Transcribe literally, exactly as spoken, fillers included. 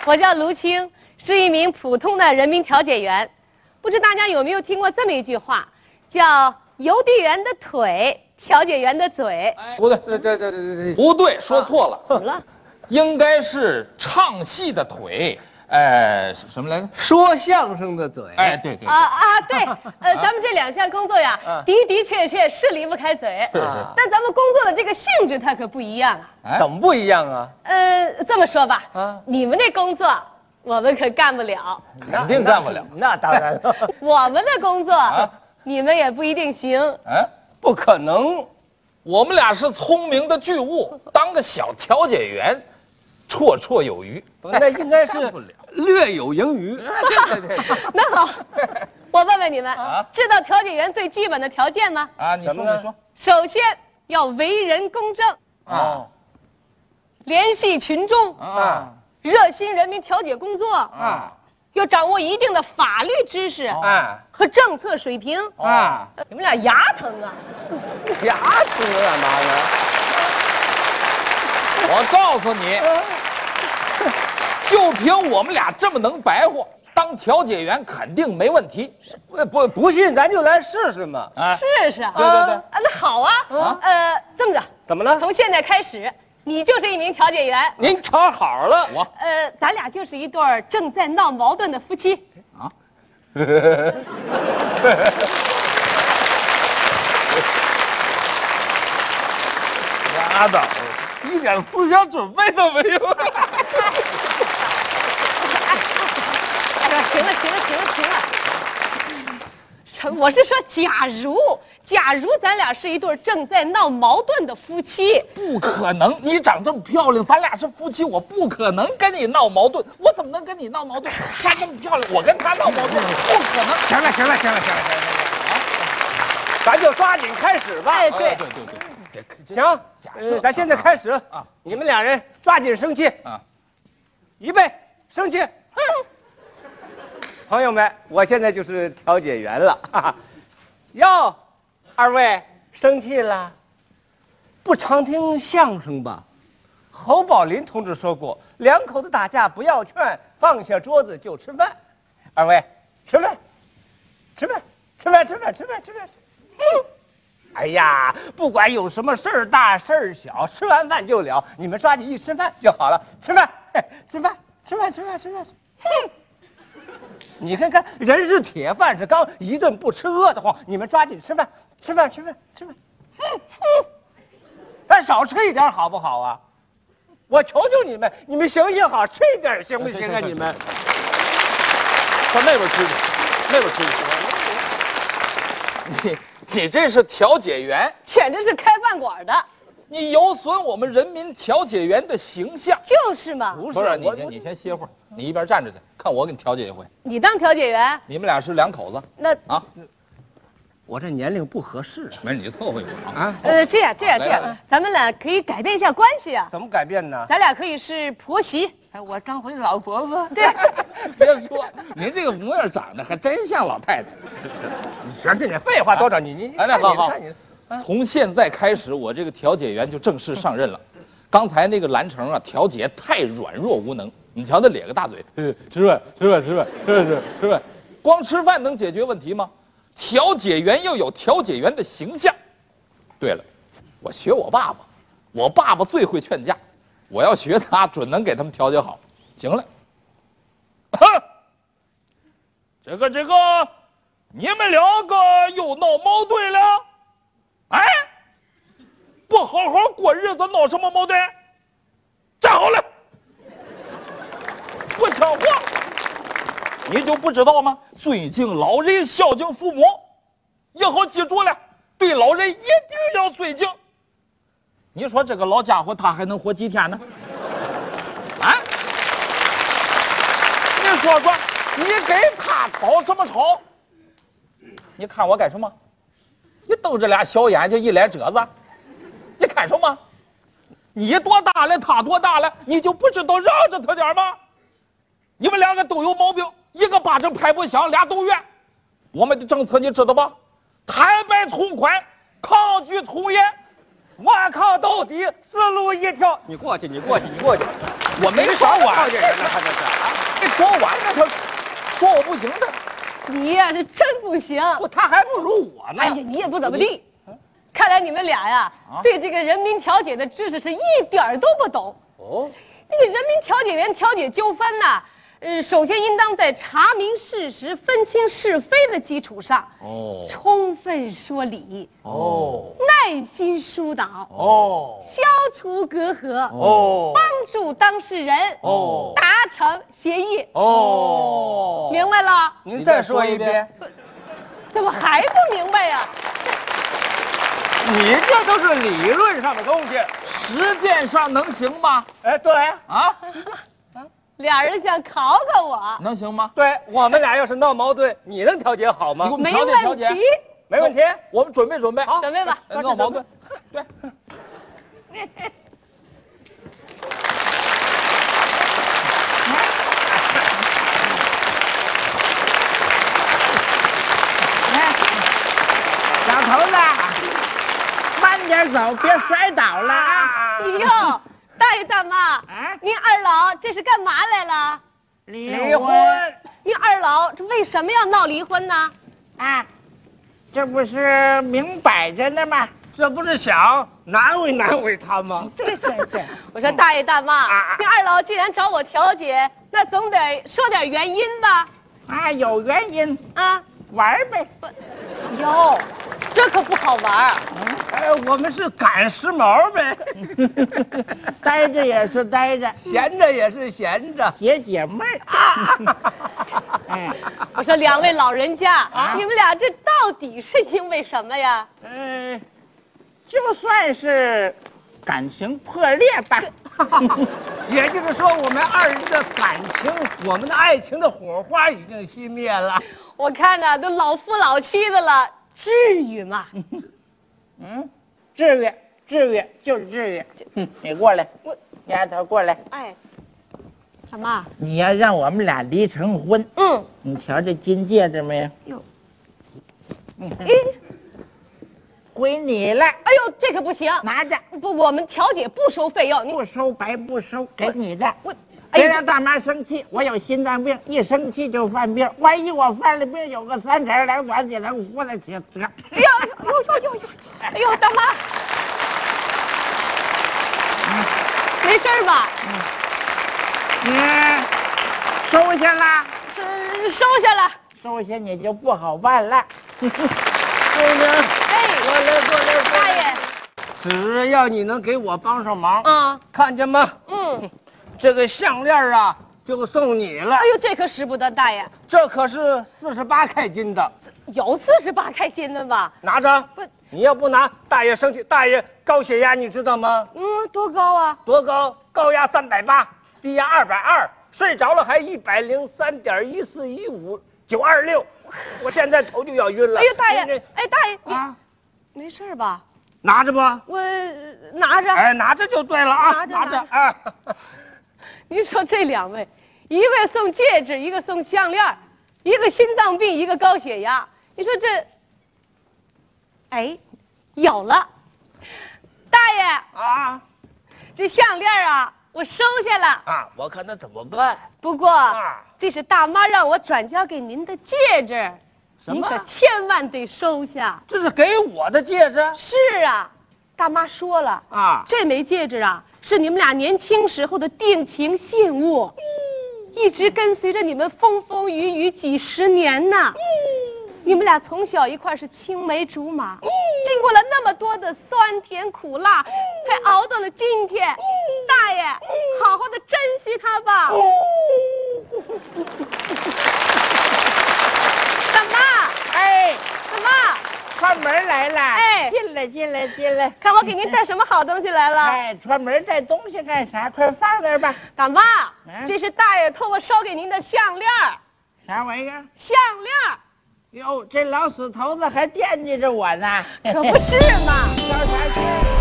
我叫卢青，是一名普通的人民调解员。不知大家有没有听过这么一句话，叫邮递员的腿，调解员的嘴。 哎、不对，这这这这不对，说错了。 怎么了？ 应该是唱戏的腿。哎，什么来着？ 说相声的嘴。 哎，对对。 啊啊，对，呃，咱们这两项工作呀， 啊、 的的确确是离不开嘴。 是是。 但咱们工作的这个性质它可不一样啊。 哎、怎么不一样啊？ 呃，这么说吧， 啊， 你们那工作我们可干不了。 肯定干不了。 那, 那当然了。 我们的工作、啊、你们也不一定行。 哎， 不可能。 我们俩是聪明的巨物，当个小调解员。绰绰有余， 那应该是略有盈余。 对对对。 那好，我问问你们，啊、知道调解员最基本的条件吗？ 啊，你说你说。 首先要为人公正啊， 联系群众啊， 热心人民调解工作啊， 要掌握一定的法律知识啊和政策水平啊。 你们俩牙疼啊？ 牙疼干嘛呢？ 我告诉你，就凭我们俩这么能白活，当调解员肯定没问题。 不不不信，咱就来试试嘛。 啊，试试。 对对对。 啊，那好啊。啊。呃，这么着。 怎么了？ 从现在开始，你就是一名调解员。 您瞧好了， 我。 呃，咱俩就是一对正在闹矛盾的夫妻。 啊。拉倒。一点思想准备都没有。 哎呀，行了行了行了行了，什我是说，假如假如咱俩是一对正在闹矛盾的夫妻， 不可能！你长这么漂亮，咱俩是夫妻，我不可能跟你闹矛盾，我怎么能跟你闹矛盾？她这么漂亮，我跟她闹矛盾，不可能！ 行了行了行了行了行了啊，咱就抓紧开始吧。 哎，对对对对。 行，呃，咱现在开始啊！你们俩人抓紧生气啊！ 预备，生气！朋友们，我现在就是调解员了。哈哈哟，二位生气了？不常听相声吧？侯宝林同志说过，两口子打架不要劝，放下桌子就吃饭。二位吃饭，吃饭，吃饭，吃饭，吃饭，吃饭。嗯哎呀，不管有什么事儿大事儿小，吃完饭就了。你们抓紧一吃饭就好了。吃饭，吃饭，吃饭，吃饭，吃饭。哼！你看看，人是铁，饭是钢，一顿不吃饿得慌。你们抓紧吃饭，吃饭，吃饭，吃饭。哼哼！咱少吃一点好不好啊？我求求你们，你们行行好，吃一点行不行啊？你们上那边吃去，那边吃去。你你这是调解员， 简直是开饭馆的， 你有损我们人民调解员的形象。 就是嘛。 不是，你先你先歇会儿，你一边站着去，看我给你调解一回。 你当调解员？ 你们俩是两口子。 那啊， 我这年龄不合适。 没事，你凑合一会儿啊。 呃，这样这样这样，咱们俩可以改变一下关系啊。 怎么改变呢？ 咱俩可以是婆媳。 哎，我当回老婆婆。 对， 别说，您这个模样长得还真像老太太。 行，这点废话多少？你你哎，那好好。从现在开始，我这个调解员就正式上任了。刚才那个蓝城啊，调解太软弱无能。你瞧他咧个大嘴，吃饭吃饭吃饭吃饭吃饭，光吃饭能解决问题吗？调解员要有调解员的形象。对了，我学我爸爸，我爸爸最会劝架。我要学他，准能给他们调解好。行了，这个这个，你们两个又闹矛盾了，哎，不好好过日子，闹什么矛盾？站好了，不讲话，你就不知道吗？尊敬老人，孝敬父母，以后记住了，对老人一定要尊敬。你说这个老家伙他还能活几天呢？啊？你说说，你给他吵什么吵？你看我干什么？你瞪着俩小眼睛，一脸褶子，你看什么？你多大了，他多大了，你就不知道让着他点吗？你们两个都有毛病，一个巴掌拍不响，俩都怨。我们的政策你知道吧？坦白从宽，抗拒从严。顽抗到底，死路一条。 你过去，你过去，你过去。 我没说完。 调解员呢，他这是啊， 没说完呢，他说我不行的。 你呀，是真不行。 不，他还不如我呢。 哎呀，你也不怎么地。看来你们俩呀， 啊对这个人民调解的知识是一点儿都不懂。 哦， 这个人民调解员调解纠纷呐，呃，首先应当在查明事实、分清是非的基础上， 哦充分说理， 哦， 耐心疏导， 哦， 消除隔阂， 哦， 帮助当事人， 哦达成协议。 哦， 明白了？ 您再说一遍。 怎么还不明白呀？ 你这都是理论上的东西， 实践上能行吗？ 哎，对， 啊， 俩人想考考我， 能行吗？ 对我们俩要是闹矛盾，你能调解好吗你给？我们没调解调解问题。 没问题。 我们准备准备， 好准备吧。 呃闹矛盾。对。 老头子，慢点走，别摔倒了啊！ 哎呦，大爷大妈， 啊您二老这是干嘛来了？ 离离婚， 您二老这为什么要闹离婚呢？ 啊，这不是明摆着呢吗？ 这不是想难为难为他吗？ 对对对， 我说大爷大妈， 啊您二老既然找我调解，那总得说点原因吧？ 啊，有原因， 啊， 玩呗。 不，哟，这可不好玩儿。 哎，我们是赶时髦呗， 待着也是待着， 闲着也是闲着。 解解闷儿啊。哎， 我说两位老人家， 啊你们俩这到底是因为什么呀？ 嗯，就算是感情破裂吧。 也就是说，我们二人的感情，我们的爱情的火花已经熄灭了。 我看呐，都老夫老妻的了，至于吗？ 嗯，至于，至于，就是至于。嗯，你过来， 我， 丫头过来。 哎，什么？ 你要让我们俩离成婚， 嗯， 你瞧这金戒指没有？ 哟， 嗯哎， 归你了， 哎呦，这可不行， 拿着， 不，我们调解不收费用，你不收白不收，给你的。 我，哎呀别让大妈生气，我有心脏病，一生气就犯病。万一我犯了病，有个三长两短，你能活得起得？ 哎呀，呦呦呦呦，哎呦，大妈，没事吧？ 嗯，收下了， 是收下了。 收下你就不好办了。 姑娘， 哎， 过来过来过大来， 爷， 只要你能给我帮上忙， 啊， 看见吗？ 嗯， 这个项链啊，就送你了哎。呦，这可使不得，大爷， 这可是四十八开金的， 有四十八开心的吧？ 拿着。 不， 你要不拿，大爷生气。大爷高血压，你知道吗？ 嗯，多高啊？ 多高？高压三百八，低压二百二，睡着了还一百零三点一四一五九二六。我现在头就要晕了。 哎呦，大爷您这， 哎，大爷，你啊， 没事吧？ 拿着吧。 我拿着。 哎，拿着就对了啊， 拿着拿着拿着啊。 您说这两位，一个送戒指，一个送项链，一个心脏病，一个高血压。你说这，哎，有了，大爷， 啊这项链啊，我收下了。 啊，我看那怎么办？ 不过， 啊这是大妈让我转交给您的戒指， 什么您可千万得收下。 这是给我的戒指是啊，大妈说了， 啊。 这枚戒指啊，是你们俩年轻时候的定情信物，一直跟随着你们风风雨雨几十年呢。你们俩从小一块是青梅竹马，经过了那么多的酸甜苦辣，才熬到了今天。大爷，好好的珍惜它吧。大妈， 哎， 大妈， 串门来了。 哎进来进来进来。 看我给您带什么好东西来了。 哎，串门带东西干啥？快放那儿吧。 大妈， 嗯这是大爷托我捎给您的项链儿， 啥玩意儿？ 项链儿哟，这老死头子还惦记着我呢。 可不是嘛。 交啥去？